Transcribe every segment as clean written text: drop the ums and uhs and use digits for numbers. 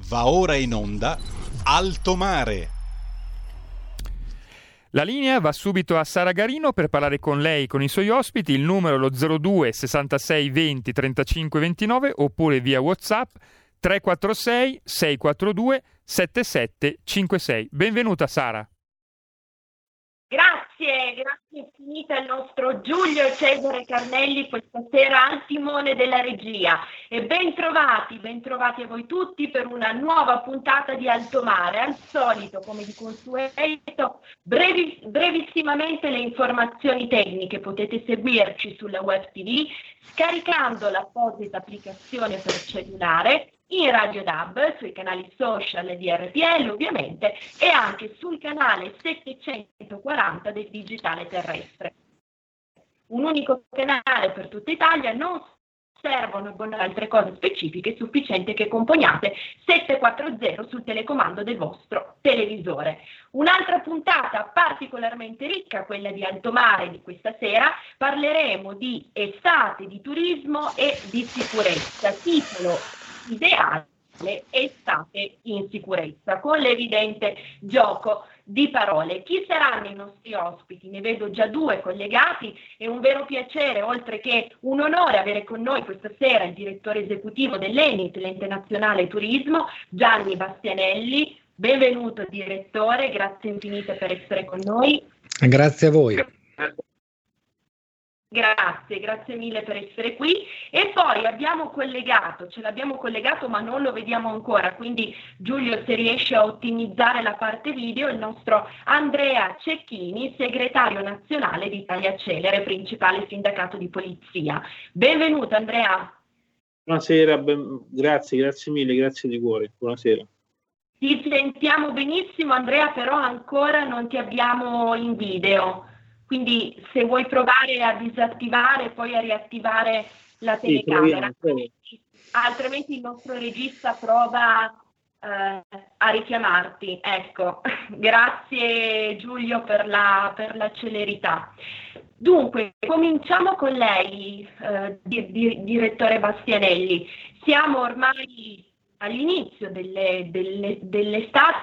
Va ora in onda Alto Mare. La linea va subito a Sara Garino per parlare con lei, con i suoi ospiti. Il numero è lo 02 66 20 35 29 oppure via WhatsApp 346 642 7756. Benvenuta Sara. Grazie infinite al nostro Giulio Cesare Carnelli questa sera al timone della regia e ben trovati a voi tutti per una nuova puntata di Alto Mare. Al solito, come di consueto, brevissimamente le informazioni tecniche. Potete seguirci sulla web TV scaricando l'apposita applicazione per cellulare, in Radio DAB, sui canali social di RPL ovviamente, e anche sul canale 740 del digitale terrestre. Un unico canale per tutta Italia, non servono altre cose specifiche, è sufficiente che componiate 740 sul telecomando del vostro televisore. Un'altra puntata particolarmente ricca, quella di Alto Mare di questa sera. Parleremo di estate, di turismo e di sicurezza. Titolo ideale: estate in sicurezza, con l'evidente gioco di parole. Chi saranno i nostri ospiti? Ne vedo già due collegati. È un vero piacere, oltre che un onore, avere con noi questa sera il direttore esecutivo dell'ENIT, l'Ente Nazionale Turismo, Gianni Bastianelli. Benvenuto direttore, grazie infinite per essere con noi. Grazie a voi. Grazie mille per essere qui. E poi ce l'abbiamo collegato ma non lo vediamo ancora, quindi Giulio, se riesce a ottimizzare la parte video, il nostro Andrea Cecchini, segretario nazionale di Italia Celere, principale sindacato di polizia. Benvenuto Andrea. Buonasera, grazie mille, grazie di cuore, buonasera. Ti sentiamo benissimo Andrea, però ancora non ti abbiamo in video. Quindi se vuoi provare a disattivare e poi a riattivare la telecamera, altrimenti il nostro regista prova a richiamarti. Ecco, grazie Giulio per la celerità. Dunque, cominciamo con lei, direttore Bastianelli. Siamo ormai all'inizio dell'estate,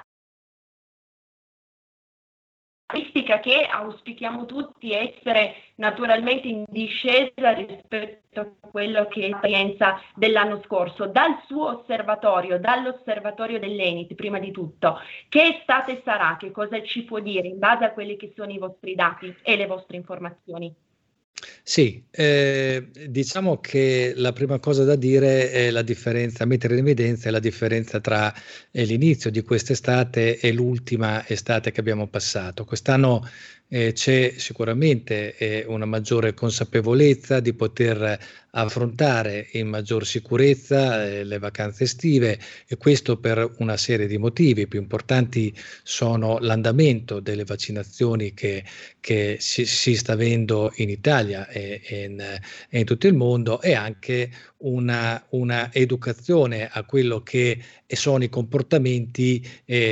che auspichiamo tutti essere naturalmente in discesa rispetto a quello che è l'esperienza dell'anno scorso. Dal suo osservatorio, dall'osservatorio dell'ENIT, prima di tutto, che estate sarà? Che cosa ci può dire in base a quelli che sono i vostri dati e le vostre informazioni? Sì, diciamo che la prima cosa da dire è la differenza, mettere in evidenza la differenza tra l'inizio di quest'estate e l'ultima estate che abbiamo passato. Quest'anno c'è sicuramente una maggiore consapevolezza di poter affrontare in maggior sicurezza le vacanze estive, e questo per una serie di motivi. I più importanti sono l'andamento delle vaccinazioni che si sta avendo in Italia e in tutto il mondo, e anche una educazione a quello che sono i comportamenti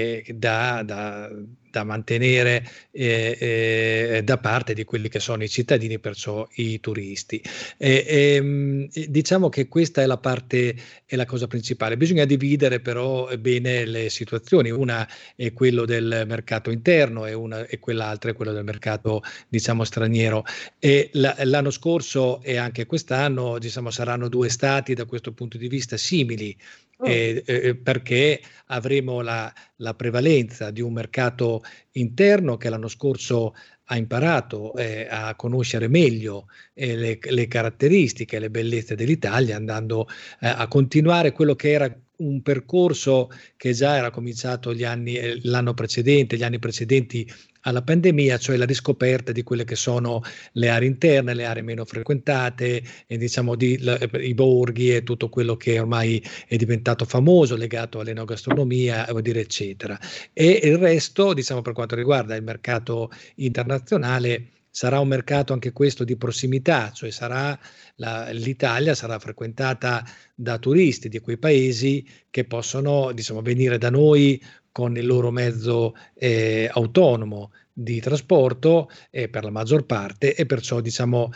da mantenere da parte di quelli che sono i cittadini, perciò i turisti. Diciamo che questa è la cosa principale. Bisogna dividere però bene le situazioni. Una è quello del mercato interno e quell'altra è quello del mercato, diciamo, straniero. E l'anno scorso e anche quest'anno, diciamo, saranno due stati da questo punto di vista simili. Perché avremo la prevalenza di un mercato interno che l'anno scorso ha imparato a conoscere meglio le caratteristiche e le bellezze dell'Italia, andando a continuare quello che era un percorso che già era cominciato l'anno precedente, gli anni precedenti alla pandemia, cioè la riscoperta di quelle che sono le aree interne, le aree meno frequentate, e diciamo i borghi e tutto quello che ormai è diventato famoso, legato all'enogastronomia, vuol dire, eccetera. E il resto, diciamo, per quanto riguarda il mercato internazionale, sarà un mercato anche questo di prossimità, cioè l'Italia sarà frequentata da turisti di quei paesi che possono, diciamo, venire da noi con il loro mezzo autonomo di trasporto per la maggior parte, e perciò, diciamo,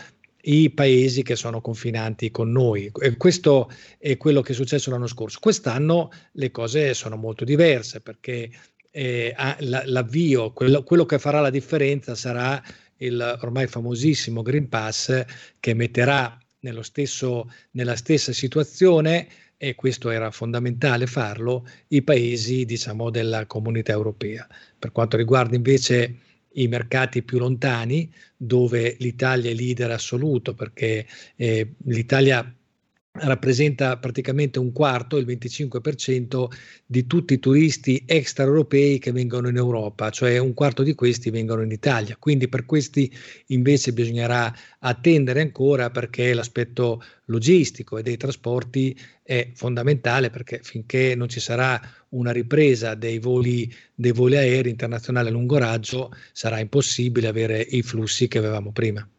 i paesi che sono confinanti con noi. E questo è quello che è successo l'anno scorso. Quest'anno le cose sono molto diverse, perché l'avvio, quello che farà la differenza sarà il ormai famosissimo Green Pass, che metterà nella stessa situazione, e questo era fondamentale farlo, i paesi, diciamo, della Comunità Europea. Per quanto riguarda invece i mercati più lontani, dove l'Italia è leader assoluto, perché l'Italia rappresenta praticamente un quarto, il 25% di tutti i turisti extraeuropei che vengono in Europa, cioè un quarto di questi vengono in Italia. Quindi per questi invece bisognerà attendere ancora, perché l'aspetto logistico e dei trasporti è fondamentale, perché finché non ci sarà una ripresa dei voli aerei internazionali a lungo raggio sarà impossibile avere i flussi che avevamo prima.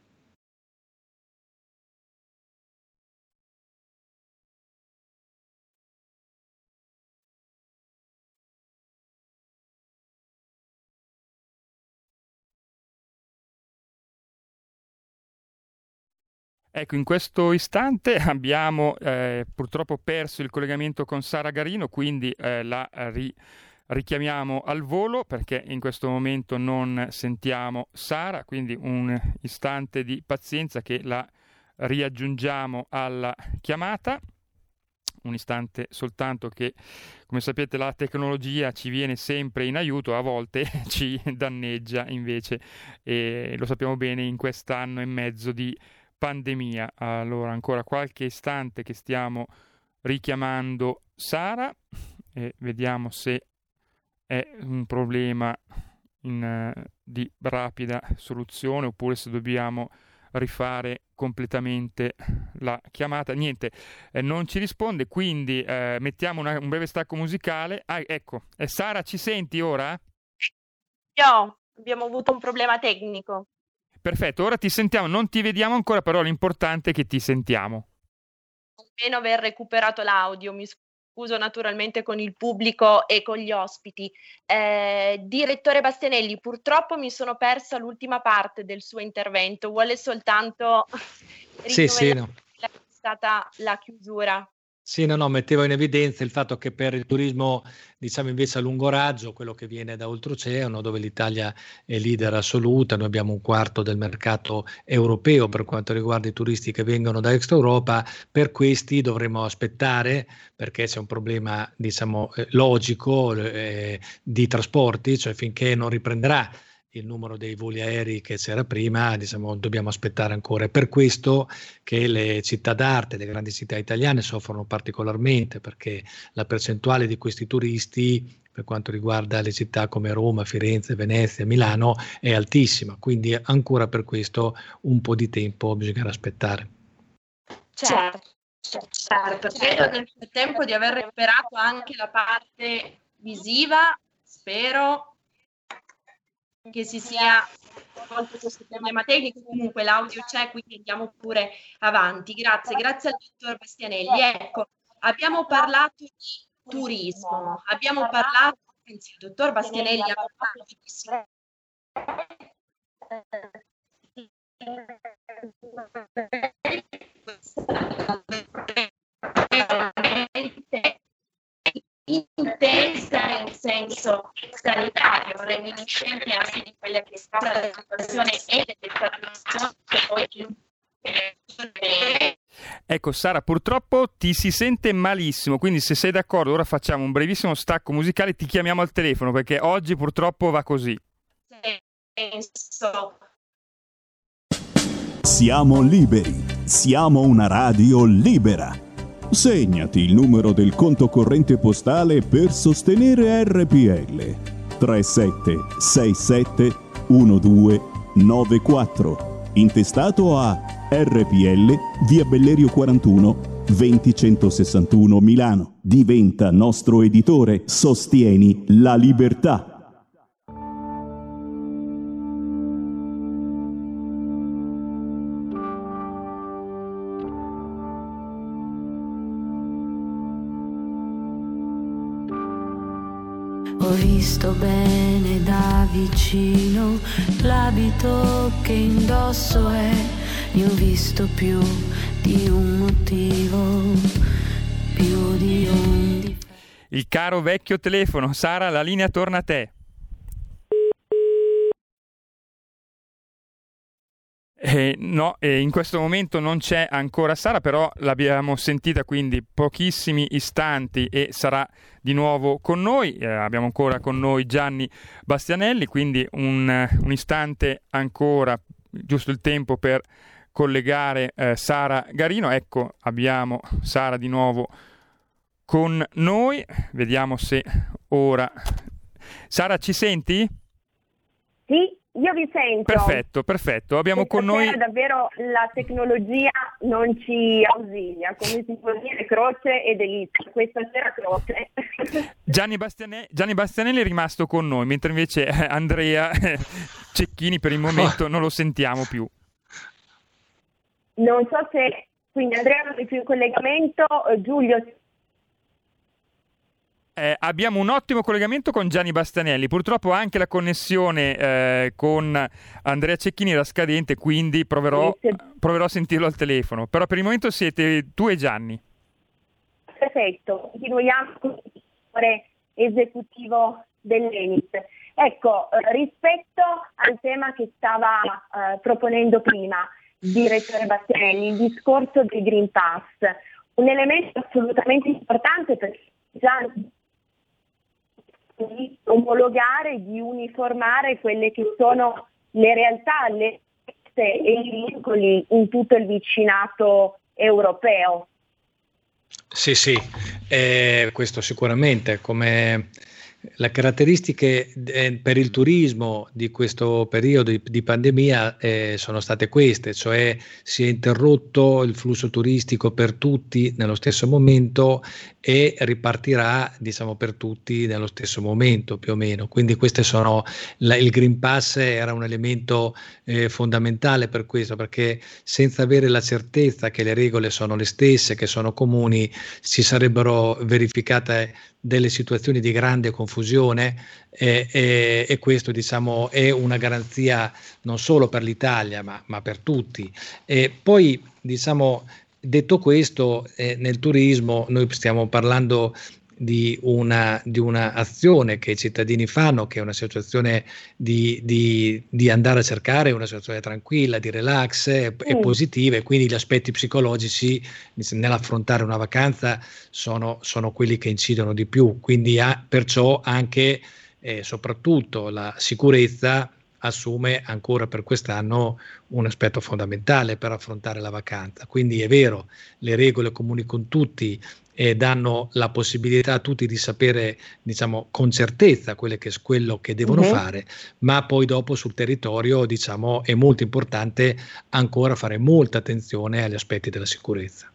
Ecco, in questo istante abbiamo purtroppo perso il collegamento con Sara Garino, quindi la richiamiamo al volo, perché in questo momento non sentiamo Sara, quindi un istante di pazienza che la riaggiungiamo alla chiamata. Un istante soltanto, che come sapete la tecnologia ci viene sempre in aiuto, a volte ci danneggia invece, e lo sappiamo bene in quest'anno e mezzo di pandemia. Allora ancora qualche istante che stiamo richiamando Sara e vediamo se è un problema di rapida soluzione oppure se dobbiamo rifare completamente la chiamata. Niente, non ci risponde, quindi mettiamo un breve stacco musicale. Ecco, Sara, ci senti ora? Abbiamo avuto un problema tecnico. Perfetto, ora ti sentiamo, non ti vediamo ancora, però l'importante è che ti sentiamo. Almeno aver recuperato l'audio, mi scuso naturalmente con il pubblico e con gli ospiti. Direttore Bastianelli, purtroppo mi sono persa l'ultima parte del suo intervento, vuole soltanto Sì, è stata la chiusura. Sì, no, mettevo in evidenza il fatto che per il turismo, diciamo invece a lungo raggio, quello che viene da oltreoceano, dove l'Italia è leader assoluta, noi abbiamo un quarto del mercato europeo per quanto riguarda i turisti che vengono da extra Europa, per questi dovremo aspettare, perché c'è un problema, diciamo, logico di trasporti, cioè finché non riprenderà il numero dei voli aerei che c'era prima, diciamo, dobbiamo aspettare ancora. È per questo che le città d'arte, le grandi città italiane soffrono particolarmente, perché la percentuale di questi turisti per quanto riguarda le città come Roma, Firenze, Venezia, Milano è altissima, quindi ancora per questo un po' di tempo bisognerà aspettare. Certo. Credo nel frattempo di aver recuperato anche la parte visiva, spero che si sia risolto questo problema tecnico. Comunque l'audio c'è, quindi andiamo pure avanti. Grazie al dottor Bastianelli. Ecco, abbiamo parlato di turismo, il dottor Bastianelli ha parlato di intensa nel senso sanitario, reminiscente anche di quella che è stata la situazione e delle trasmissioni che poi Ecco Sara, purtroppo ti si sente malissimo, quindi se sei d'accordo ora facciamo un brevissimo stacco musicale, ti chiamiamo al telefono perché oggi purtroppo va così. Siamo liberi, siamo una radio libera. Segnati il numero del conto corrente postale per sostenere RPL 3767 1294, intestato a RPL via Bellerio 41 20161 Milano. Diventa nostro editore, sostieni la libertà. Ho visto bene da vicino l'abito che indosso è ne ho visto più di un motivo, più di un difetto. Il caro vecchio telefono. Sara, la linea torna a te. No, in questo momento non c'è ancora Sara, però l'abbiamo sentita, quindi pochissimi istanti e sarà di nuovo con noi. Abbiamo ancora con noi Gianni Bastianelli, quindi un istante ancora, giusto il tempo per collegare Sara Garino. Ecco, abbiamo Sara di nuovo con noi, vediamo se ora... Sara, ci senti? Sì. Io vi sento. Perfetto. Abbiamo con noi... Davvero la tecnologia non ci ausilia, come si può dire, croce e delizia. Questa sera croce. Gianni Bastianelli è rimasto con noi, mentre invece Andrea Cecchini per il momento non lo sentiamo più. Non so se... Quindi Andrea non è più in collegamento, Giulio... Abbiamo un ottimo collegamento con Gianni Bastianelli, purtroppo anche la connessione con Andrea Cecchini era scadente, quindi proverò a sentirlo al telefono, però per il momento siete tu e Gianni. Perfetto, continuiamo con il direttore esecutivo dell'Enit. Ecco, rispetto al tema che stava proponendo prima il direttore Bastianelli, il discorso del Green Pass, un elemento assolutamente importante perché già di omologare, di uniformare quelle che sono le realtà, le e i vincoli in tutto il vicinato europeo. Sì, questo sicuramente. Come le caratteristiche per il turismo di questo periodo di pandemia sono state queste, cioè si è interrotto il flusso turistico per tutti nello stesso momento e ripartirà, diciamo, per tutti nello stesso momento più o meno. Quindi queste sono il Green Pass era un elemento fondamentale per questo, perché senza avere la certezza che le regole sono le stesse, che sono comuni, si sarebbero verificate delle situazioni di grande confusione e questo, diciamo, è una garanzia non solo per l'Italia ma per tutti. E poi, diciamo, detto questo, nel turismo noi stiamo parlando di una azione che i cittadini fanno, che è una situazione di andare a cercare una situazione tranquilla, di relax e positiva, e quindi gli aspetti psicologici nell'affrontare una vacanza sono quelli che incidono di più, quindi perciò anche soprattutto la sicurezza assume ancora per quest'anno un aspetto fondamentale per affrontare la vacanza. Quindi è vero, le regole comuni con tutti danno la possibilità a tutti di sapere, diciamo, con certezza quello che devono fare, ma poi dopo sul territorio, diciamo, è molto importante ancora fare molta attenzione agli aspetti della sicurezza.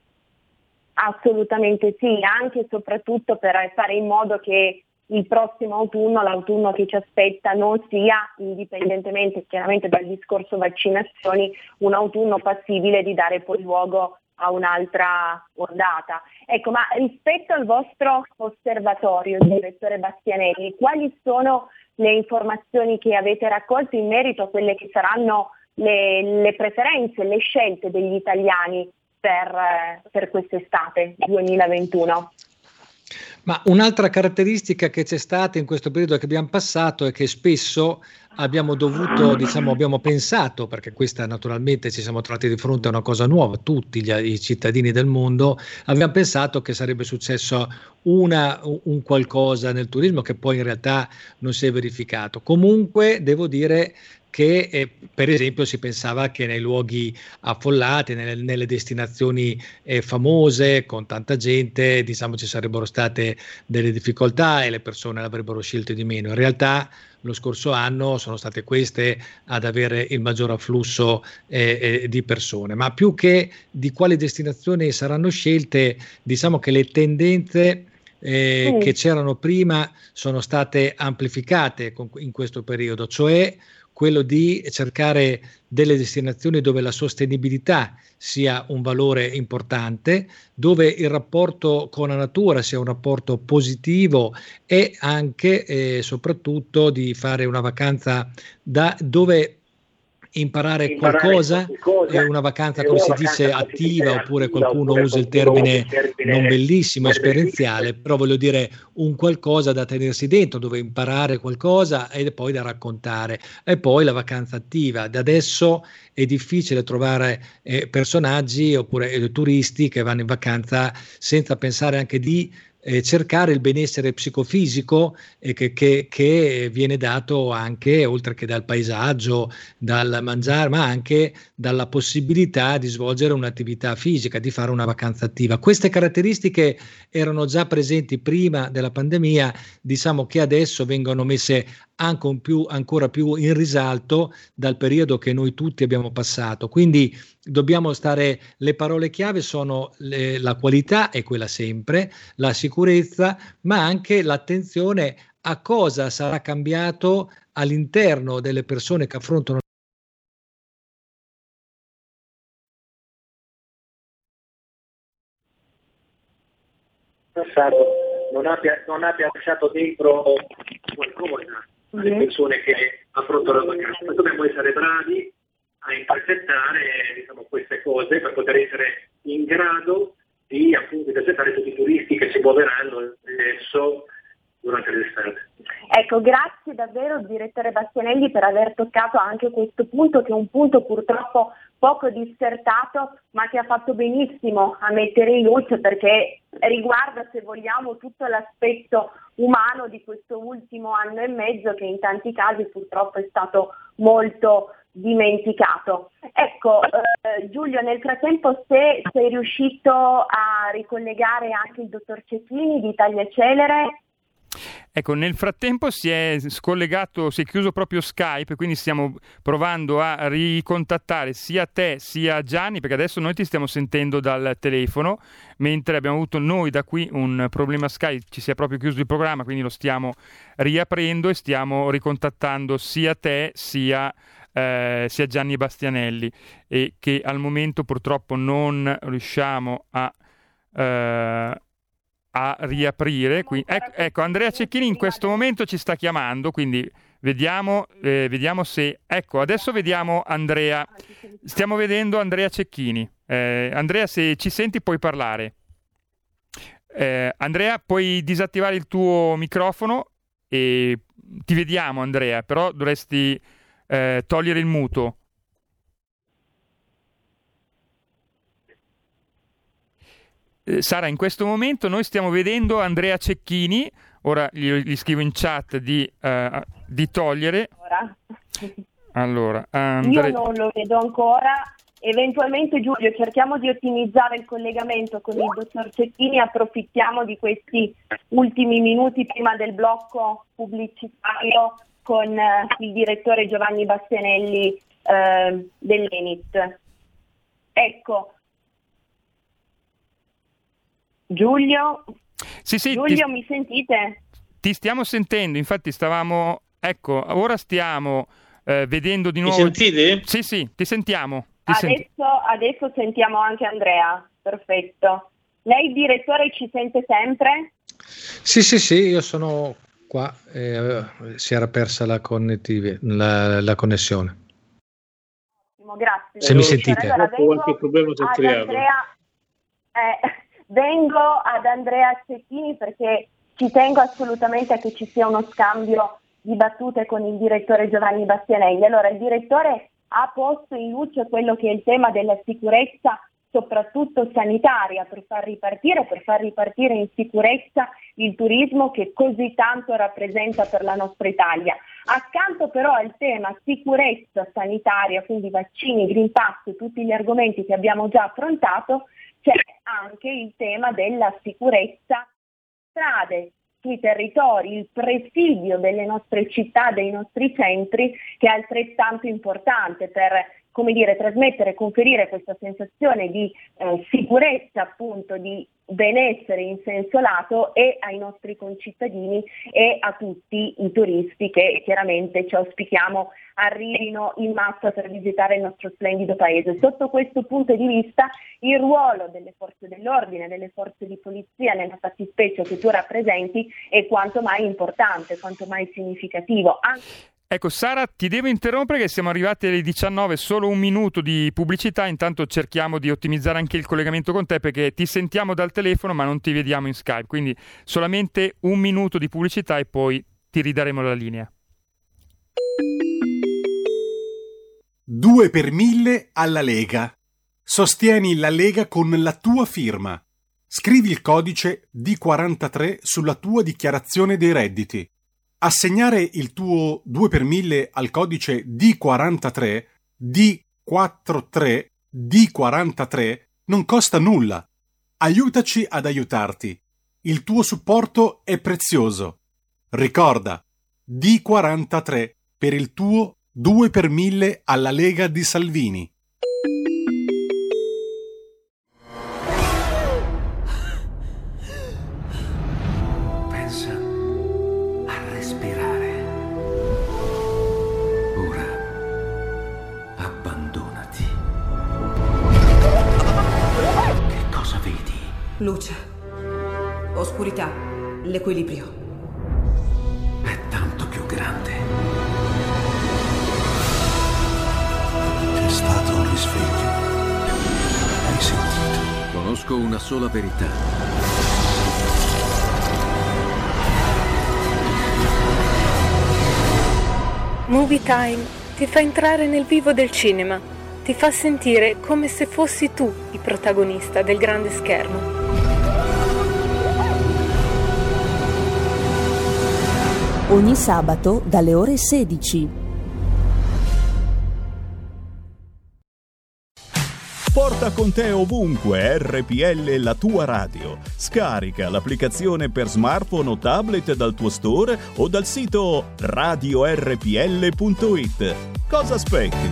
Assolutamente sì, anche e soprattutto per fare in modo che il prossimo autunno, l'autunno che ci aspetta, non sia, indipendentemente chiaramente dal discorso vaccinazioni, un autunno passibile di dare poi luogo a un'altra ondata. Ecco, ma rispetto al vostro osservatorio, direttore Bastianelli, quali sono le informazioni che avete raccolto in merito a quelle che saranno le preferenze, le scelte degli italiani per quest'estate 2021? Ma un'altra caratteristica che c'è stata in questo periodo che abbiamo passato è che spesso abbiamo dovuto, diciamo, abbiamo pensato, perché questa naturalmente ci siamo trovati di fronte a una cosa nuova, tutti i cittadini del mondo, abbiamo pensato che sarebbe successo un qualcosa nel turismo che poi in realtà non si è verificato. Comunque devo dire che per esempio si pensava che nei luoghi affollati, nelle destinazioni famose con tanta gente, diciamo, ci sarebbero state delle difficoltà e le persone l'avrebbero scelto di meno. In realtà lo scorso anno sono state queste ad avere il maggior afflusso di persone, ma più che di quali destinazioni saranno scelte, diciamo che le tendenze che c'erano prima sono state amplificate in questo periodo, cioè quello di cercare delle destinazioni dove la sostenibilità sia un valore importante, dove il rapporto con la natura sia un rapporto positivo e anche soprattutto di fare una vacanza dove imparare qualcosa, una vacanza, come si dice, attiva, oppure qualcuno usa il termine non bellissimo, esperienziale, però voglio dire un qualcosa da tenersi dentro, dove imparare qualcosa e poi da raccontare. E poi la vacanza attiva. Da adesso è difficile trovare personaggi oppure turisti che vanno in vacanza senza pensare anche di cercare il benessere psicofisico che viene dato anche, oltre che dal paesaggio, dal mangiare, ma anche dalla possibilità di svolgere un'attività fisica, di fare una vacanza attiva. Queste caratteristiche erano già presenti prima della pandemia, diciamo che adesso vengono messe ancora più in risalto dal periodo che noi tutti abbiamo passato. Quindi dobbiamo stare, le parole chiave sono la qualità, è quella sempre, la sicurezza, ma anche l'attenzione a cosa sarà cambiato all'interno delle persone che affrontano. Non abbia lasciato dentro qualcosa alle persone che affrontano la vacanza. Dobbiamo essere bravi a intercettare, diciamo, queste cose per poter essere in grado di appunto intercettare tutti i turisti che si muoveranno adesso durante l'estate. Ecco, grazie davvero direttore Bastianelli per aver toccato anche questo punto, che è un punto purtroppo poco dissertato, ma che ha fatto benissimo a mettere in luce, perché riguarda, se vogliamo, tutto l'aspetto umano di questo ultimo anno e mezzo, che in tanti casi purtroppo è stato molto dimenticato. Ecco, Giulio, nel frattempo, se sei riuscito a ricollegare anche il dottor Cecchini di Italia Celere. Ecco, nel frattempo si è scollegato, si è chiuso proprio Skype, quindi stiamo provando a ricontattare sia te sia Gianni, perché adesso noi ti stiamo sentendo dal telefono, mentre abbiamo avuto noi da qui un problema Skype, ci si è proprio chiuso il programma, quindi lo stiamo riaprendo e stiamo ricontattando sia te sia Gianni Bastianelli, e che al momento purtroppo non riusciamo a riaprire. Ecco, Andrea Cecchini in questo momento ci sta chiamando, quindi vediamo se... Ecco, adesso vediamo Andrea, stiamo vedendo Andrea Cecchini. Andrea, se ci senti puoi parlare. Andrea, puoi disattivare il tuo microfono e ti vediamo, Andrea, però dovresti togliere il muto. Sara, in questo momento noi stiamo vedendo Andrea Cecchini, ora gli scrivo in chat di togliere. Allora, Io non lo vedo ancora. Eventualmente, Giulio, cerchiamo di ottimizzare il collegamento con il dottor Cecchini, approfittiamo di questi ultimi minuti prima del blocco pubblicitario con il direttore Giovanni Bastianelli dell'Enit. Ecco. Giulio? Sì, Giulio, mi sentite? Ti stiamo sentendo, infatti stavamo... Ecco, ora stiamo vedendo di nuovo... Mi sentite? Sì, ti sentiamo. Adesso sentiamo anche Andrea, perfetto. Lei, direttore, ci sente sempre? Sì, io sono qua, si era persa la connessione. Grazie. Se mi sentite. Allora, qualche problema si è creato. Vengo ad Andrea Cecchini perché ci tengo assolutamente a che ci sia uno scambio di battute con il direttore Giovanni Bastianelli. Allora, il direttore ha posto in luce quello che è il tema della sicurezza, soprattutto sanitaria, per far ripartire in sicurezza il turismo che così tanto rappresenta per la nostra Italia. Accanto però al tema sicurezza sanitaria, quindi vaccini, Green Pass, tutti gli argomenti che abbiamo già affrontato, c'è anche il tema della sicurezza strade, sui territori, il presidio delle nostre città, dei nostri centri, che è altrettanto importante per, come dire, trasmettere, conferire questa sensazione di sicurezza, appunto, di benessere in senso lato e ai nostri concittadini e a tutti i turisti che chiaramente ci auspichiamo arrivino in massa per visitare il nostro splendido paese. Sotto questo punto di vista il ruolo delle forze dell'ordine, delle forze di polizia, nella fattispecie che tu rappresenti, è quanto mai importante, quanto mai significativo. Ecco, Sara, ti devo interrompere che siamo arrivati alle 19, solo un minuto di pubblicità, intanto cerchiamo di ottimizzare anche il collegamento con te perché ti sentiamo dal telefono ma non ti vediamo in Skype, quindi solamente un minuto di pubblicità e poi ti ridaremo la linea. 2 per 1000 alla Lega. Sostieni la Lega con la tua firma. Scrivi il codice D43 sulla tua dichiarazione dei redditi. Assegnare il tuo 2 per 1000 al codice D43, D43, D43 non costa nulla. Aiutaci ad aiutarti. Il tuo supporto è prezioso. Ricorda, D43 per il tuo 2 per 1000 alla Lega di Salvini. Pensa a respirare. Ora abbandonati. Che cosa vedi? Luce, oscurità, l'equilibrio. È tanto più grande. C'è stato un risveglio. Hai sentito? Conosco una sola verità. Movie Time ti fa entrare nel vivo del cinema, ti fa sentire come se fossi tu il protagonista del grande schermo. Ogni sabato dalle ore 16. Porta con te ovunque RPL, la tua radio. Scarica l'applicazione per smartphone o tablet dal tuo store o dal sito radiorpl.it. Cosa aspetti?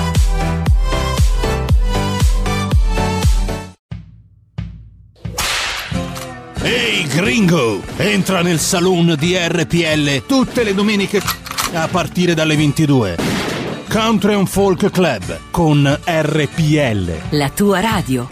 Ehi gringo, entra nel saloon di RPL tutte le domeniche a partire dalle 22. Country and Folk Club con RPL. La tua radio.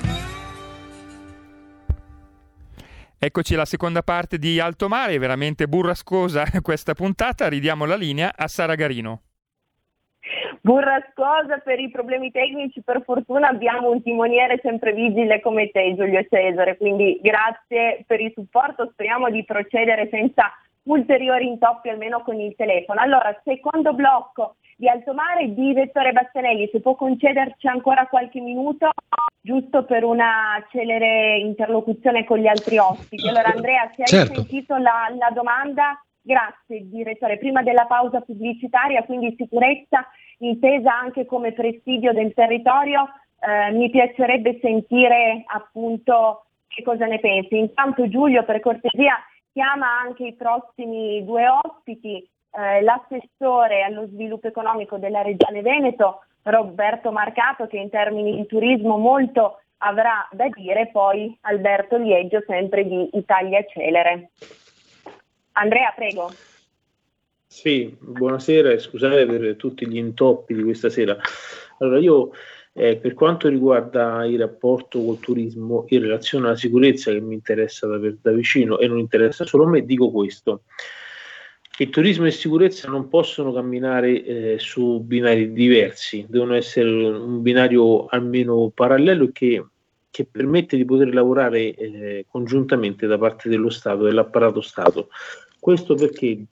Eccoci alla seconda parte di Alto Mare, veramente burrascosa questa puntata, ridiamo la linea a Sara Garino. Burrascosa per i problemi tecnici, per fortuna abbiamo un timoniere sempre vigile come te, Giulio Cesare, quindi grazie per il supporto, speriamo di procedere senza ulteriori intoppi almeno con il telefono. Allora, secondo blocco di Alto Mare, direttore Bastianelli, se può concederci ancora qualche minuto giusto per una celere interlocuzione con gli altri ospiti. Allora Andrea, se hai sentito la domanda, grazie direttore. Prima della pausa pubblicitaria, quindi sicurezza intesa anche come presidio del territorio, mi piacerebbe sentire appunto che cosa ne pensi. Intanto Giulio, per cortesia, chiama anche i prossimi due ospiti, l'assessore allo sviluppo economico della Regione Veneto, Roberto Marcato, che in termini di turismo molto avrà da dire, poi Alberto Lieggio, sempre di Italia Celere. Andrea, prego. Sì, buonasera e scusate per tutti gli intoppi di questa sera. Allora io per quanto riguarda il rapporto col turismo in relazione alla sicurezza, che mi interessa da vicino e non interessa solo a me, dico questo: che turismo e sicurezza non possono camminare su binari diversi, devono essere un binario almeno parallelo che permette di poter lavorare congiuntamente da parte dello Stato, dell'apparato Stato. Questo perché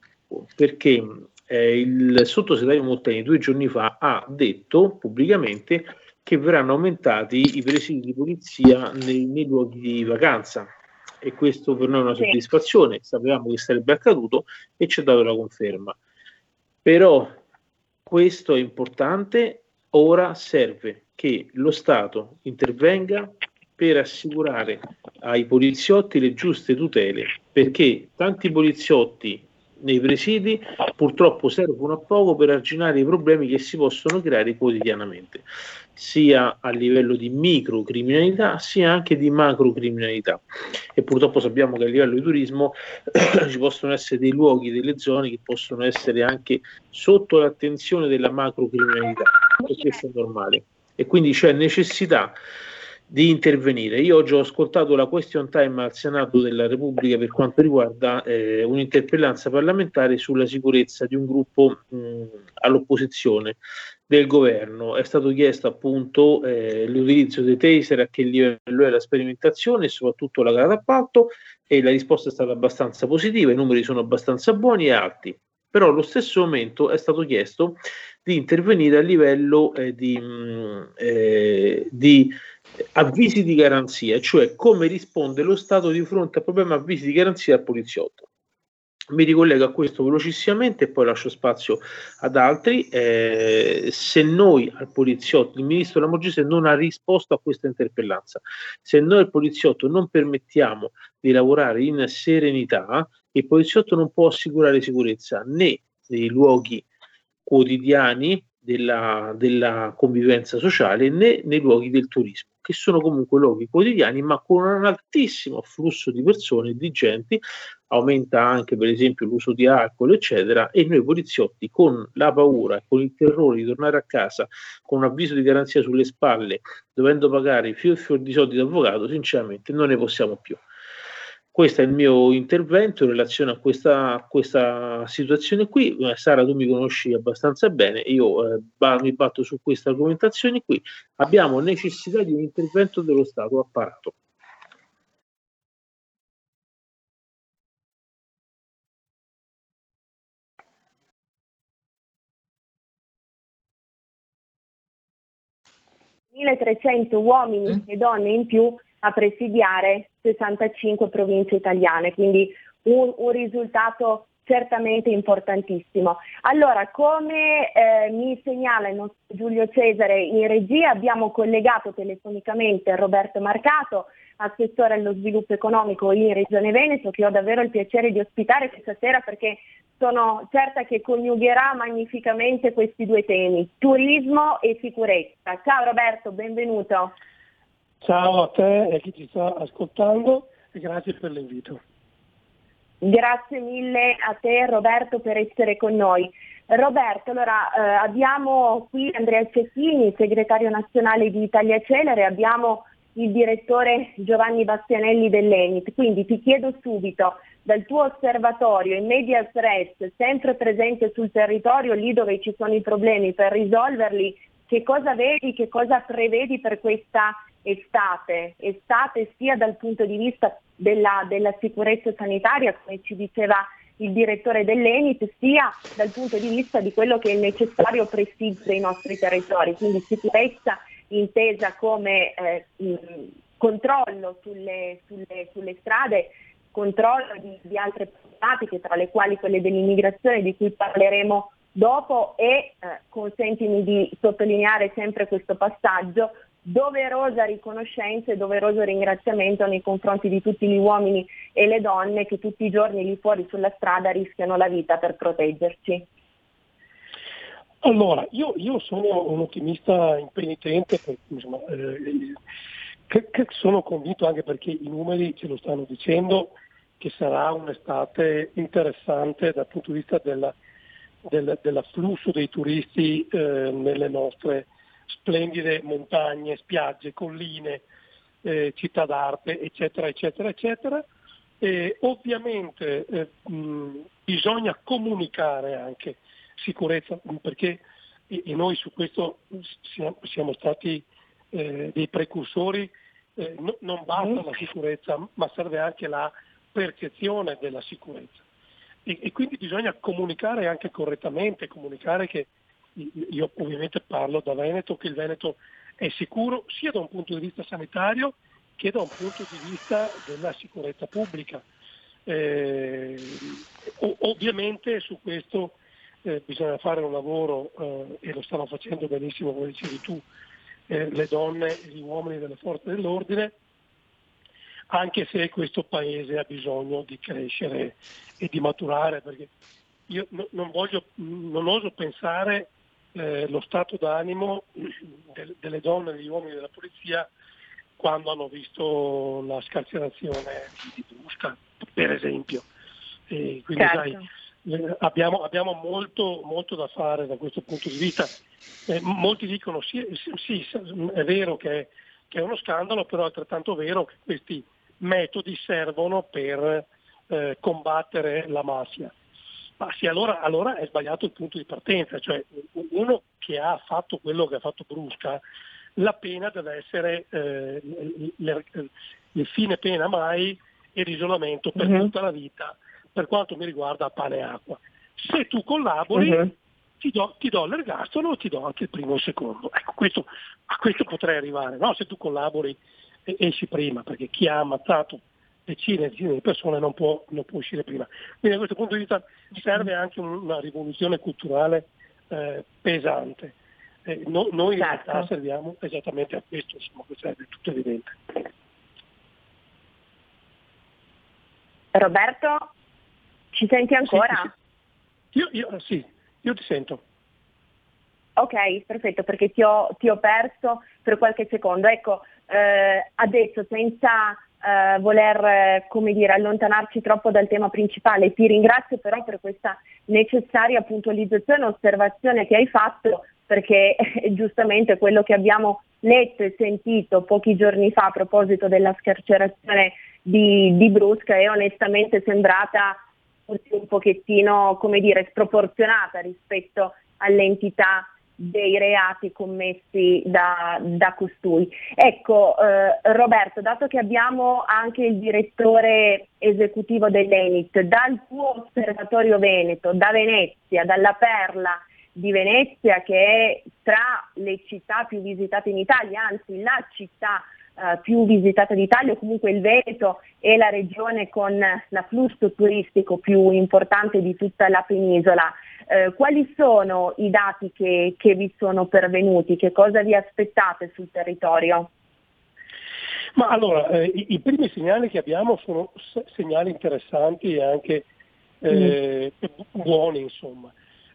il sottosegretario Molteni 2 giorni fa ha detto pubblicamente che verranno aumentati i presidi di polizia nei luoghi di vacanza, e questo per noi è una soddisfazione. Sapevamo che sarebbe accaduto e ci ha dato la conferma, però questo è importante. Ora serve che lo Stato intervenga per assicurare ai poliziotti le giuste tutele, perché tanti poliziotti nei presidi purtroppo servono a poco per arginare i problemi che si possono creare quotidianamente, sia a livello di microcriminalità sia anche di macrocriminalità, e purtroppo sappiamo che a livello di turismo ci possono essere dei luoghi, delle zone che possono essere anche sotto l'attenzione della macrocriminalità, e questo è normale, e quindi c'è necessità di intervenire. Io oggi ho ascoltato la question time al Senato della Repubblica per quanto riguarda un'interpellanza parlamentare sulla sicurezza di un gruppo all'opposizione del governo. È stato chiesto appunto l'utilizzo dei taser, a che livello è la sperimentazione e soprattutto la gara d'appalto, e la risposta è stata abbastanza positiva, i numeri sono abbastanza buoni e alti. Però allo stesso momento è stato chiesto di intervenire a livello di avvisi di garanzia, cioè come risponde lo Stato di fronte a problemi avvisi di garanzia al poliziotto. Mi ricollego a questo velocissimamente e poi lascio spazio ad altri. Se noi al poliziotto, il ministro Lamorgese non ha risposto a questa interpellanza, se noi al poliziotto non permettiamo di lavorare in serenità, il poliziotto non può assicurare sicurezza né nei luoghi quotidiani della convivenza sociale né nei luoghi del turismo, che sono comunque luoghi quotidiani ma con un altissimo afflusso di persone, di gente, aumenta anche per esempio l'uso di alcol eccetera, e noi poliziotti con la paura e con il terrore di tornare a casa con un avviso di garanzia sulle spalle, dovendo pagare fior di soldi d'avvocato, sinceramente non ne possiamo più. Questo è il mio intervento in relazione a questa situazione qui. Sara, tu mi conosci abbastanza bene, io mi batto su queste argomentazioni qui. Abbiamo necessità di un intervento dello Stato apparato. (1.300 uomini e donne in più a presidiare 65 province italiane, quindi un risultato certamente importantissimo. Allora, come mi segnala il nostro Giulio Cesare in regia, abbiamo collegato telefonicamente Roberto Marcato, assessore allo sviluppo economico in Regione Veneto, che ho davvero il piacere di ospitare questa sera perché sono certa che coniugherà magnificamente questi due temi, turismo e sicurezza. Ciao Roberto, benvenuto. Ciao a te e a chi ci sta ascoltando e grazie per l'invito. Grazie mille a te Roberto per essere con noi. Roberto, allora abbiamo qui Andrea Cecchini, segretario nazionale di Italia Celere, abbiamo il direttore Giovanni Bastianelli dell'Enit, quindi ti chiedo subito, dal tuo osservatorio in medias res, sempre presente sul territorio, lì dove ci sono i problemi, per risolverli, che cosa vedi, che cosa prevedi per questa estate sia dal punto di vista della sicurezza sanitaria, come ci diceva il direttore dell'Enit, sia dal punto di vista di quello che è il necessario presidio dei nostri territori, quindi sicurezza intesa come controllo sulle strade, controllo di altre problematiche, tra le quali quelle dell'immigrazione di cui parleremo dopo, e consentimi di sottolineare sempre questo passaggio, doverosa riconoscenza e doveroso ringraziamento nei confronti di tutti gli uomini e le donne che tutti i giorni lì fuori sulla strada rischiano la vita per proteggerci. Allora, io sono un ottimista impenitente, insomma, che sono convinto, anche perché i numeri ce lo stanno dicendo, che sarà un'estate interessante dal punto di vista dell'afflusso dei turisti nelle nostre splendide montagne, spiagge, colline, città d'arte, eccetera, eccetera, eccetera. Ovviamente bisogna comunicare anche sicurezza, perché e noi su questo siamo stati dei precursori. Non basta la sicurezza, ma serve anche la percezione della sicurezza. E quindi bisogna comunicare anche correttamente, comunicare che io ovviamente parlo da Veneto, che il Veneto è sicuro sia da un punto di vista sanitario che da un punto di vista della sicurezza pubblica. Ovviamente su questo bisogna fare un lavoro e lo stanno facendo benissimo, come dicevi tu, le donne e gli uomini delle forze dell'ordine, anche se questo paese ha bisogno di crescere e di maturare, perché io non oso pensare lo stato d'animo delle donne e degli uomini della polizia quando hanno visto la scarcerazione di Brusca, per esempio. E quindi certo. Abbiamo molto da fare da questo punto di vista. Molti dicono sì, è vero che che è uno scandalo, però è altrettanto vero che questi metodi servono per combattere la mafia. Ma sì, allora è sbagliato il punto di partenza, cioè uno che ha fatto quello che ha fatto Brusca, la pena deve essere il fine pena mai e l'isolamento per tutta la vita, per quanto mi riguarda pane e acqua. Se tu collabori ti do l'ergastolo, ti do anche il primo e il secondo. Ecco, a questo potrei arrivare, no? Se tu collabori esci prima, perché chi ha ammazzato decine e decine di persone non può uscire prima. Quindi da questo punto di vista serve anche una rivoluzione culturale pesante. Noi in realtà serviamo esattamente a questo, insomma, questo è tutto evidente. Roberto, ci senti ancora? Sì, io ti sento. Ok, perfetto, perché ti ho perso per qualche secondo. Ecco, adesso senza voler, come dire, allontanarci troppo dal tema principale, ti ringrazio però per questa necessaria puntualizzazione e osservazione che hai fatto, perché giustamente quello che abbiamo letto e sentito pochi giorni fa a proposito della scarcerazione di Brusca è onestamente sembrata un pochettino, come dire, sproporzionata rispetto all'entità dei reati commessi da costui. Ecco, Roberto, dato che abbiamo anche il direttore esecutivo dell'Enit, dal tuo osservatorio veneto, da Venezia, dalla Perla di Venezia, che è tra le città più visitate in Italia, anzi la città più visitata d'Italia, o comunque il Veneto è la regione con l'afflusso turistico più importante di tutta la penisola. Quali sono i dati che vi sono pervenuti? Che cosa vi aspettate sul territorio? Ma allora, i primi segnali che abbiamo sono segnali interessanti e anche buoni, insomma.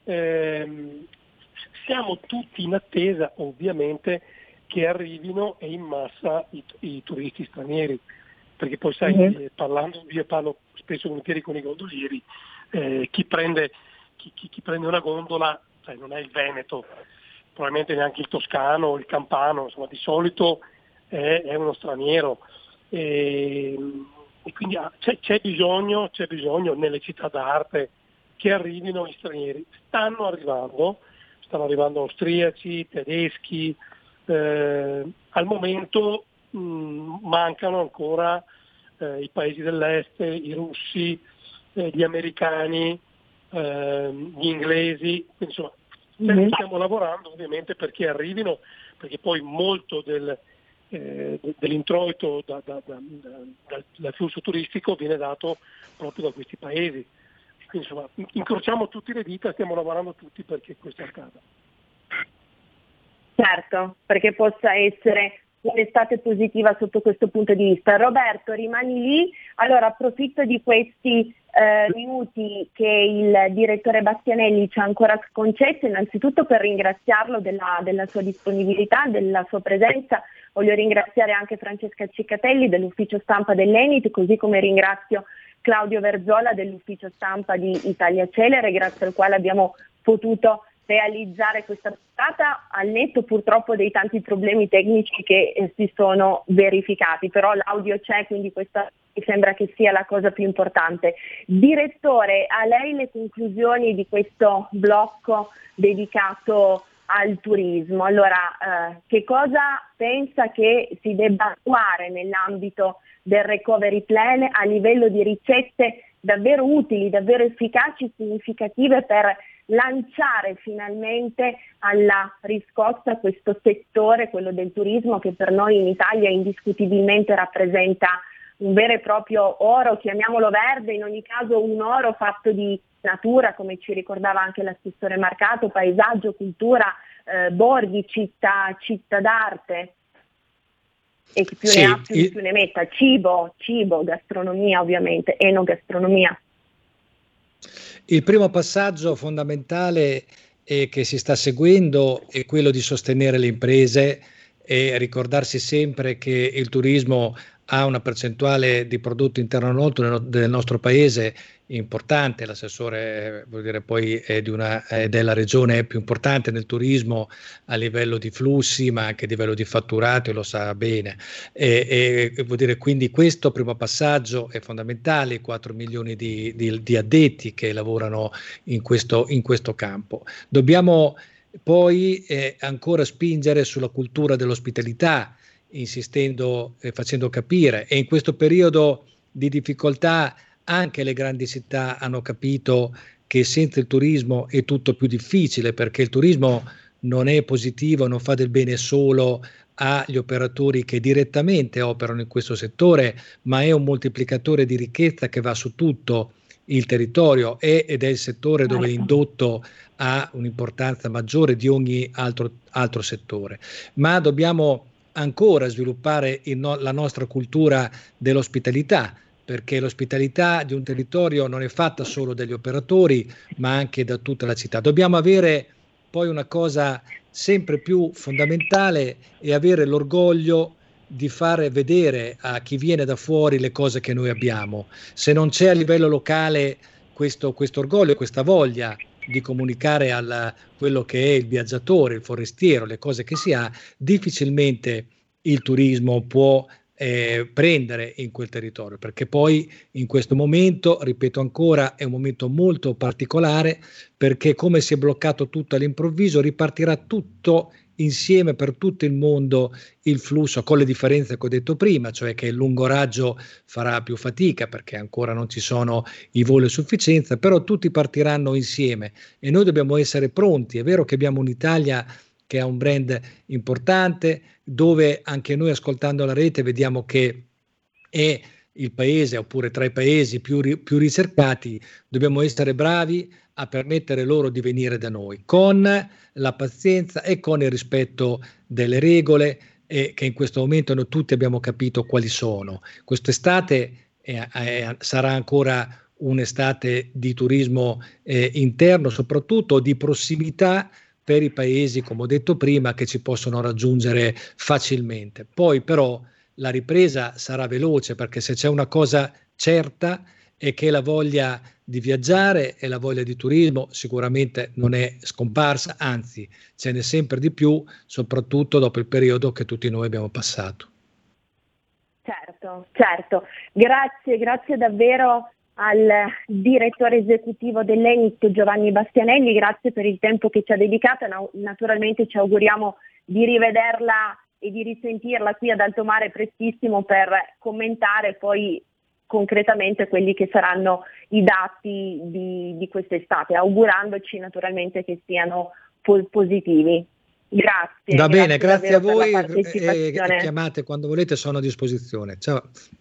Siamo tutti in attesa, ovviamente, che arrivino e in massa i turisti stranieri, perché poi sai, io parlo spesso volentieri con i gondolieri, chi prende una gondola, sai, non è il Veneto, probabilmente neanche il toscano o il campano, insomma di solito è uno straniero, e quindi c'è bisogno nelle città d'arte che arrivino gli stranieri. Stanno arrivando austriaci, tedeschi, al momento mancano ancora i paesi dell'est, i russi, gli americani, gli inglesi, insomma stiamo lavorando ovviamente perché arrivino, perché poi molto dell'introito dal flusso turistico viene dato proprio da questi paesi. Quindi insomma incrociamo tutti le dita, stiamo lavorando tutti perché questo accada. Certo, perché possa essere un'estate positiva sotto questo punto di vista. Roberto, rimani lì. Allora approfitto di questi minuti che il direttore Bastianelli ci ha ancora concesso, innanzitutto per ringraziarlo della sua disponibilità, della sua presenza. Voglio ringraziare anche Francesca Ciccatelli dell'ufficio stampa dell'Enit, così come ringrazio Claudio Verzola dell'ufficio stampa di Italia Celere, grazie al quale abbiamo potuto realizzare questa puntata, al netto purtroppo dei tanti problemi tecnici che si sono verificati, però l'audio c'è, quindi questa mi sembra che sia la cosa più importante. Direttore, a lei le conclusioni di questo blocco dedicato al turismo. Allora, che cosa pensa che si debba attuare nell'ambito del recovery plan a livello di ricette davvero utili, davvero efficaci, significative per lanciare finalmente alla riscossa questo settore, quello del turismo, che per noi in Italia indiscutibilmente rappresenta un vero e proprio oro, chiamiamolo verde, in ogni caso un oro fatto di natura, come ci ricordava anche l'assessore Marcato, paesaggio, cultura, borghi, città d'arte, e chi più ne ha più ne metta, cibo, gastronomia ovviamente, enogastronomia. Il primo passaggio fondamentale che si sta seguendo è quello di sostenere le imprese e ricordarsi sempre che il turismo ha una percentuale di prodotto interno lordo del nostro paese importante, l'assessore vuol dire poi è della regione più importante nel turismo a livello di flussi ma anche a livello di fatturato, e lo sa bene, e vuol dire quindi questo primo passaggio è fondamentale, 4 milioni di addetti che lavorano in questo campo. Dobbiamo poi ancora spingere sulla cultura dell'ospitalità, insistendo e facendo capire, e in questo periodo di difficoltà anche le grandi città hanno capito che senza il turismo è tutto più difficile, perché il turismo non è positivo, non fa del bene solo agli operatori che direttamente operano in questo settore, ma è un moltiplicatore di ricchezza che va su tutto il territorio ed è il settore dove l'indotto ha un'importanza maggiore di ogni altro settore. Ma dobbiamo ancora sviluppare la nostra cultura dell'ospitalità, perché l'ospitalità di un territorio non è fatta solo dagli operatori, ma anche da tutta la città. Dobbiamo avere poi una cosa sempre più fondamentale, è avere l'orgoglio di fare vedere a chi viene da fuori le cose che noi abbiamo. Se non c'è a livello locale questo orgoglio, questa voglia di comunicare a quello che è il viaggiatore, il forestiero, le cose che si ha, difficilmente il turismo può prendere in quel territorio, perché poi in questo momento, ripeto ancora, è un momento molto particolare, perché come si è bloccato tutto all'improvviso, ripartirà tutto insieme per tutto il mondo il flusso, con le differenze che ho detto prima, cioè che il lungo raggio farà più fatica perché ancora non ci sono i voli a sufficienza, però tutti partiranno insieme e noi dobbiamo essere pronti. È vero che abbiamo un'Italia che ha un brand importante, dove anche noi ascoltando la rete vediamo che è il paese, oppure tra i paesi più ricercati. Dobbiamo essere bravi a permettere loro di venire da noi, con la pazienza e con il rispetto delle regole che in questo momento noi tutti abbiamo capito quali sono. Quest'estate sarà ancora un'estate di turismo interno, soprattutto di prossimità, per i paesi, come ho detto prima, che ci possono raggiungere facilmente. Poi però la ripresa sarà veloce, perché se c'è una cosa certa è che la voglia di viaggiare e la voglia di turismo sicuramente non è scomparsa, anzi ce n'è sempre di più, soprattutto dopo il periodo che tutti noi abbiamo passato. Certo. Grazie davvero al direttore esecutivo dell'ENIT Giovanni Bastianelli, grazie per il tempo che ci ha dedicato. Naturalmente ci auguriamo di rivederla e di risentirla qui ad Alto Mare prestissimo per commentare poi concretamente quelli che saranno i dati di quest'estate, augurandoci naturalmente che siano positivi. Grazie. Va bene, grazie a voi, chiamate quando volete, sono a disposizione. Ciao.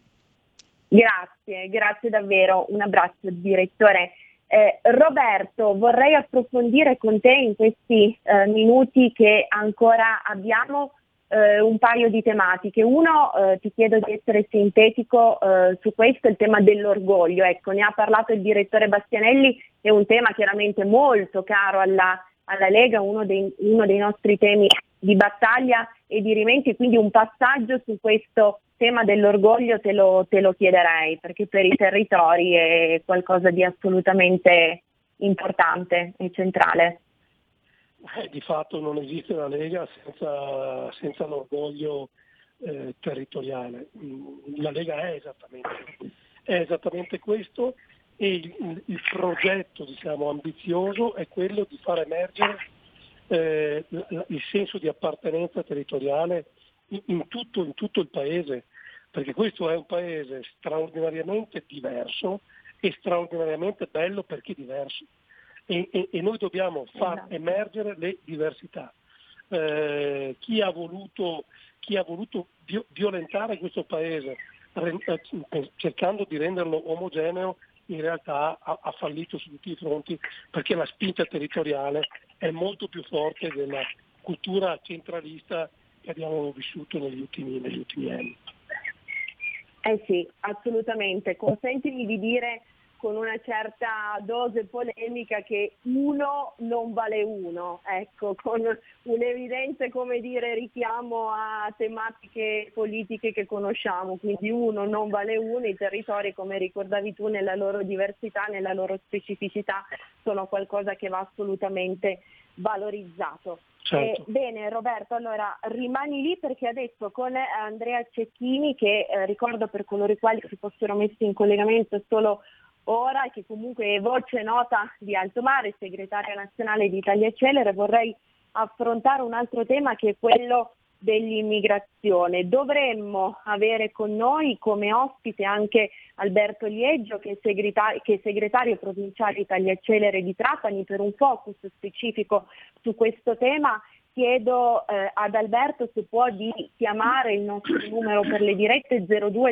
Grazie davvero, un abbraccio direttore. Roberto, vorrei approfondire con te in questi minuti che ancora abbiamo un paio di tematiche. Uno, ti chiedo di essere sintetico su questo, il tema dell'orgoglio. Ecco, ne ha parlato il direttore Bastianelli, è un tema chiaramente molto caro alla Lega, uno dei nostri temi di battaglia e di Rimenti, quindi un passaggio su questo tema dell'orgoglio te lo chiederei, perché per i territori è qualcosa di assolutamente importante e centrale. Di fatto non esiste la Lega senza l'orgoglio territoriale. La Lega è esattamente questo, e il progetto ambizioso è quello di far emergere il senso di appartenenza territoriale in tutto il paese, perché questo è un paese straordinariamente diverso e straordinariamente bello perché diverso, e noi dobbiamo far emergere le diversità. Chi ha voluto violentare questo paese cercando di renderlo omogeneo in realtà ha fallito su tutti i fronti, perché la spinta territoriale è molto più forte della cultura centralista che abbiamo vissuto negli ultimi anni. Sì, assolutamente. Consentimi di dire con una certa dose polemica che uno non vale uno, ecco, con un evidente, come dire, richiamo a tematiche politiche che conosciamo, quindi uno non vale uno, i territori, come ricordavi tu, nella loro diversità, nella loro specificità, sono qualcosa che va assolutamente valorizzato. Certo. Bene Roberto, allora rimani lì perché adesso con Andrea Cecchini, che ricordo per coloro i quali si fossero messi in collegamento solo ora, che comunque è voce nota di Alto Mare, segretaria nazionale di Italia Celere, vorrei affrontare un altro tema che è quello dell'immigrazione. Dovremmo avere con noi come ospite anche Alberto Lieggio, che è segretario provinciale Italia Celere di Trapani, per un focus specifico su questo tema. Chiedo ad Alberto se può di chiamare il nostro numero per le dirette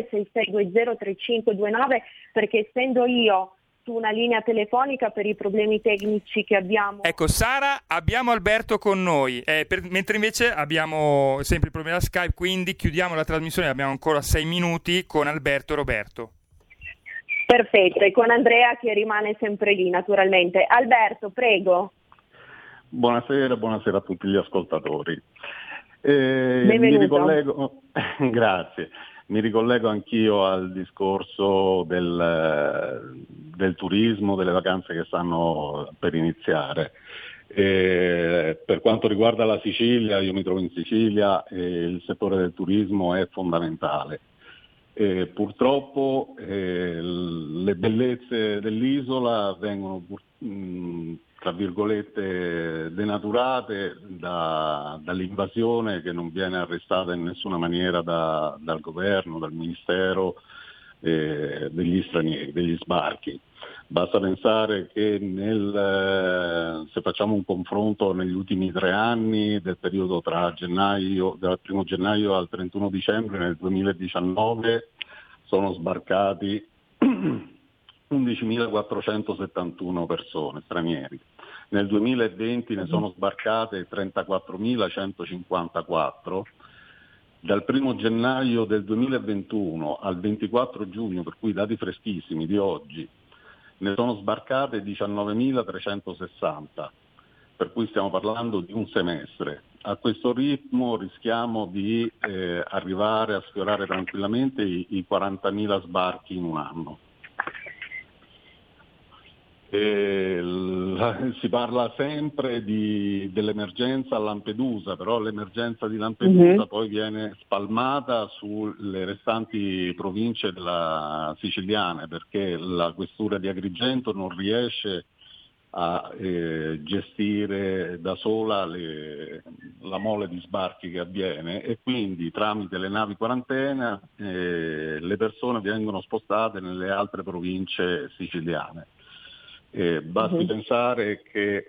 0266203529, perché essendo io su una linea telefonica per i problemi tecnici che abbiamo. Ecco Sara, abbiamo Alberto con noi, mentre invece abbiamo sempre il problema Skype, quindi chiudiamo la trasmissione, abbiamo ancora 6 minuti con Alberto e Roberto. Perfetto, e con Andrea che rimane sempre lì naturalmente. Alberto, prego. Buonasera a tutti gli ascoltatori. Benvenuto. Mi ricollego, grazie. Mi ricollego anch'io al discorso del turismo, delle vacanze che stanno per iniziare. Per quanto riguarda la Sicilia, io mi trovo in Sicilia e il settore del turismo è fondamentale. Purtroppo le bellezze dell'isola vengono tra virgolette denaturate dall'invasione che non viene arrestata in nessuna maniera dal governo, dal ministero degli stranieri, degli sbarchi. Basta pensare che se facciamo un confronto negli ultimi 3 anni del periodo dal 1 gennaio al 31 dicembre nel 2019 sono sbarcati 11.471 persone stranieri. Nel 2020 ne sono sbarcate 34.154. Dal 1 gennaio del 2021 al 24 giugno, per cui dati freschissimi di oggi, ne sono sbarcate 19.360, per cui stiamo parlando di un semestre. A questo ritmo rischiamo di arrivare a sfiorare tranquillamente i 40.000 sbarchi in un anno. Si parla sempre dell'emergenza a Lampedusa, però l'emergenza di Lampedusa poi viene spalmata sulle restanti province siciliane, perché la questura di Agrigento non riesce a gestire da sola la mole di sbarchi che avviene, e quindi tramite le navi quarantena le persone vengono spostate nelle altre province siciliane. Basti pensare che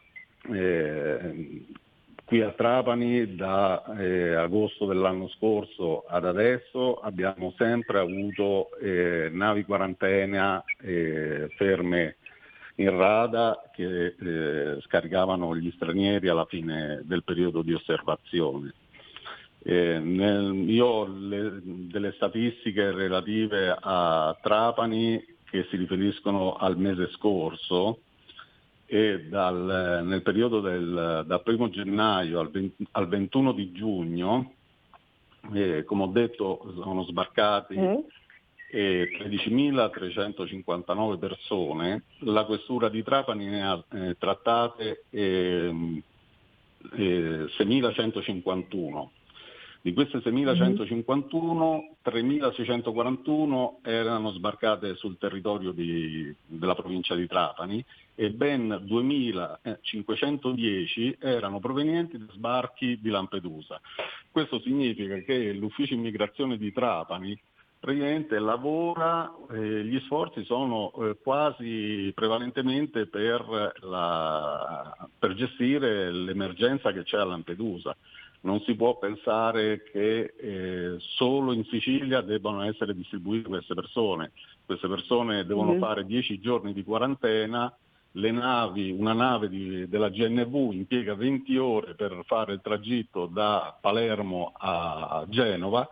qui a Trapani da agosto dell'anno scorso ad adesso abbiamo sempre avuto navi quarantena ferme in rada che scaricavano gli stranieri alla fine del periodo di osservazione. Io ho delle statistiche relative a Trapani che si riferiscono al mese scorso, e nel periodo dal 1 gennaio al 21 di giugno, come ho detto, sono sbarcati 13.359 persone. La questura di Trapani ne ha trattate 6.151. Di queste 6.151, 3.641 erano sbarcate sul territorio della provincia di Trapani e ben 2.510 erano provenienti da sbarchi di Lampedusa. Questo significa che l'ufficio immigrazione di Trapani praticamente lavora, gli sforzi sono quasi prevalentemente per gestire l'emergenza che c'è a Lampedusa. Non si può pensare che solo in Sicilia debbano essere distribuite queste persone. Queste persone devono fare 10 giorni di quarantena, una nave della GNV impiega 20 ore per fare il tragitto da Palermo a Genova.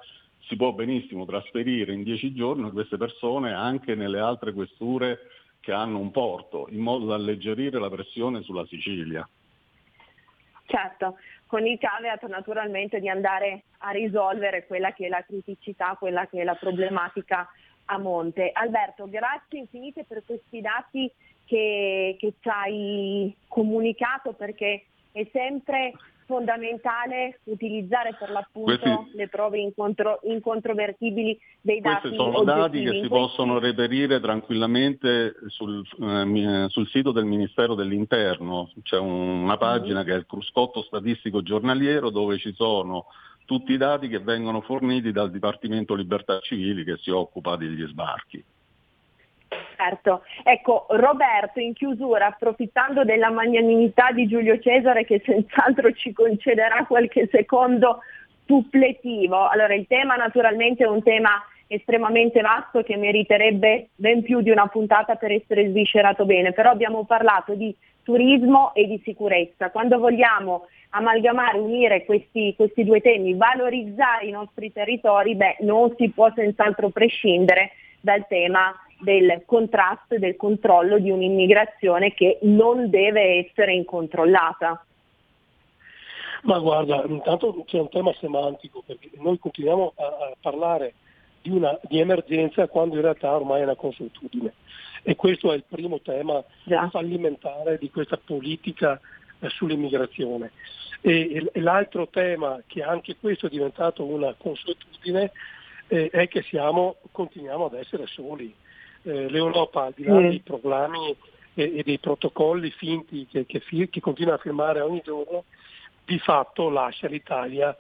si può benissimo trasferire in 10 giorni queste persone anche nelle altre questure che hanno un porto, in modo da alleggerire la pressione sulla Sicilia. Certo, con il caveat naturalmente di andare a risolvere quella che è la criticità, quella che è la problematica a monte. Alberto, grazie infinite per questi dati che ci hai comunicato, perché è sempre fondamentale utilizzare per l'appunto le prove incontrovertibili dei dati oggettivi. Questi sono dati che si possono reperire tranquillamente sul sito del Ministero dell'Interno. C'è una pagina che è il cruscotto statistico giornaliero, dove ci sono tutti i dati che vengono forniti dal Dipartimento Libertà Civili che si occupa degli sbarchi. Certo, ecco Roberto, in chiusura, approfittando della magnanimità di Giulio Cesare che senz'altro ci concederà qualche secondo suppletivo. Allora, il tema naturalmente è un tema estremamente vasto che meriterebbe ben più di una puntata per essere sviscerato bene, però abbiamo parlato di turismo e di sicurezza. Quando vogliamo amalgamare, unire questi due temi, valorizzare i nostri territori, non si può senz'altro prescindere dal tema del contrasto e del controllo di un'immigrazione che non deve essere incontrollata. Ma guarda, intanto c'è un tema semantico, perché noi continuiamo a parlare di emergenza quando in realtà ormai è una consuetudine, e questo è il primo tema fallimentare di questa politica sull'immigrazione. E l'altro tema, che anche questo è diventato una consuetudine, è che continuiamo ad essere soli. L'Europa, al di là dei proclami e dei protocolli finti che continua a firmare ogni giorno, di fatto lascia l'Italia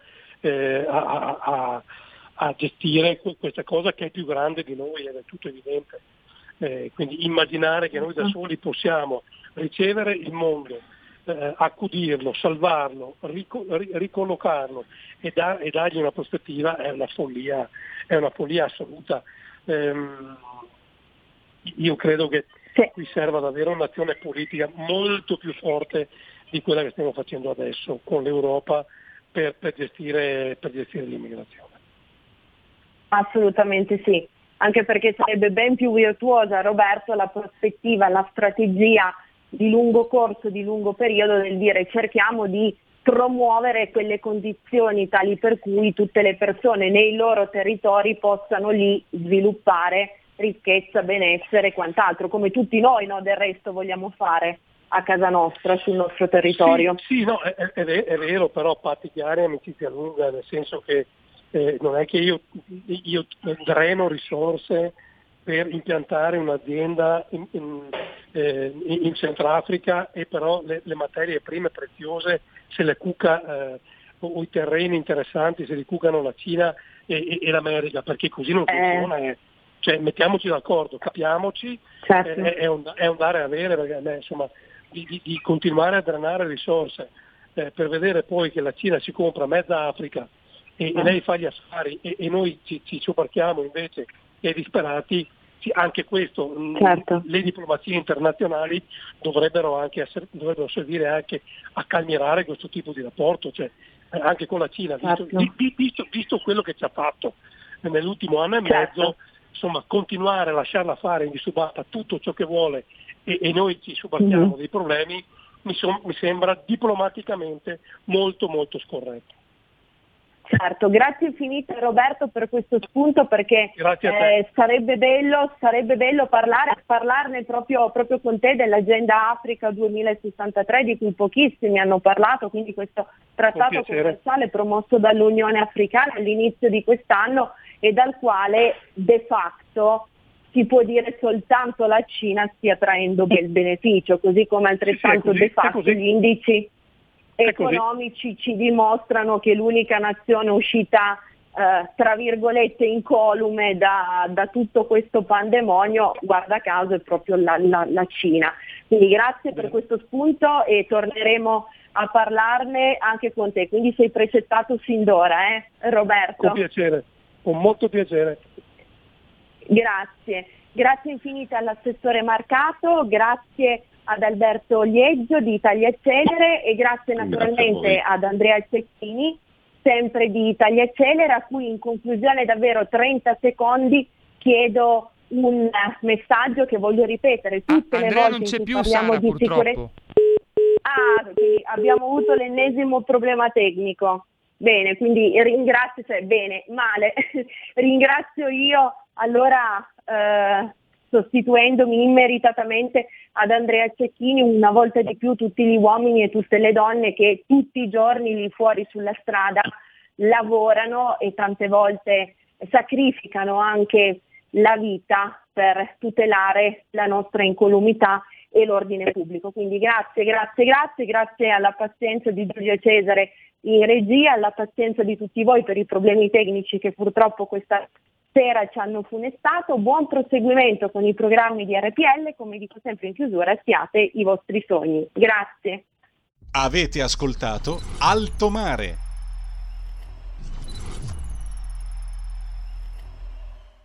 a gestire questa cosa che è più grande di noi, è del tutto evidente. Quindi immaginare che noi da soli possiamo ricevere il mondo, accudirlo, salvarlo, ricollocarlo e dargli una prospettiva è una follia assoluta. Io credo che qui serva davvero un'azione politica molto più forte di quella che stiamo facendo adesso con l'Europa per gestire l'immigrazione. Assolutamente sì, anche perché sarebbe ben più virtuosa, Roberto, la prospettiva, la strategia di lungo corso, di lungo periodo, del dire cerchiamo di promuovere quelle condizioni tali per cui tutte le persone nei loro territori possano lì sviluppare ricchezza, benessere e quant'altro, come tutti noi del resto vogliamo fare a casa nostra, sul nostro territorio. Sì, no, è vero, però patti chiari, amicizia lunga, nel senso che non è che io dreno risorse per impiantare un'azienda in Centrafrica e però le materie prime preziose se le cuca o i terreni interessanti se li cucano la Cina e l'America, perché così non funziona. Cioè, mettiamoci d'accordo, capiamoci, certo. È un dare e avere, perché insomma di continuare a drenare risorse per vedere poi che la Cina si compra mezza Africa e lei fa gli affari e noi ci sobbarchiamo invece e disperati. Anche questo, certo. Le diplomazie internazionali dovrebbero servire anche a calmierare questo tipo di rapporto, cioè anche con la Cina, certo. visto quello che ci ha fatto nell'ultimo anno e mezzo, insomma continuare a lasciarla fare indisturbata tutto ciò che vuole e noi ci sobbarchiamo dei problemi mi sembra diplomaticamente molto molto scorretto. Certo, grazie infinite Roberto per questo spunto, perché sarebbe bello parlarne proprio con te dell'agenda Africa 2063 di cui pochissimi hanno parlato, quindi questo trattato commerciale promosso dall'Unione Africana all'inizio di quest'anno e dal quale de facto si può dire soltanto la Cina stia traendo il beneficio, così come altrettanto de facto gli indici economici ci dimostrano che l'unica nazione uscita tra virgolette incolume da tutto questo pandemonio, guarda caso, è proprio la Cina. Quindi grazie per questo spunto e torneremo a parlarne anche con te, quindi sei precettato sin d'ora, Roberto? Con piacere, con molto piacere. Grazie infinite all'assessore Marcato, grazie ad Alberto Lieggio di Italia Celere e grazie naturalmente ad Andrea Cecchini sempre di Italia Accelera, a cui in conclusione davvero 30 secondi chiedo un messaggio che voglio ripetere tutte le Andrea, volte non c'è in cui più parliamo Sara, di sicurezza. purtroppo. Sì, abbiamo avuto l'ennesimo problema tecnico. Bene, quindi ringrazio, ringrazio io allora sostituendomi immeritatamente ad Andrea Cecchini una volta di più tutti gli uomini e tutte le donne che tutti i giorni lì fuori sulla strada lavorano e tante volte sacrificano anche la vita per tutelare la nostra incolumità e l'ordine pubblico. Quindi grazie alla pazienza di Giulio Cesare in regia, alla pazienza di tutti voi per i problemi tecnici che purtroppo questa sera ci hanno funestato. Buon proseguimento con i programmi di RPL, come dico sempre in chiusura, siate i vostri sogni. Grazie. Avete ascoltato Alto Mare.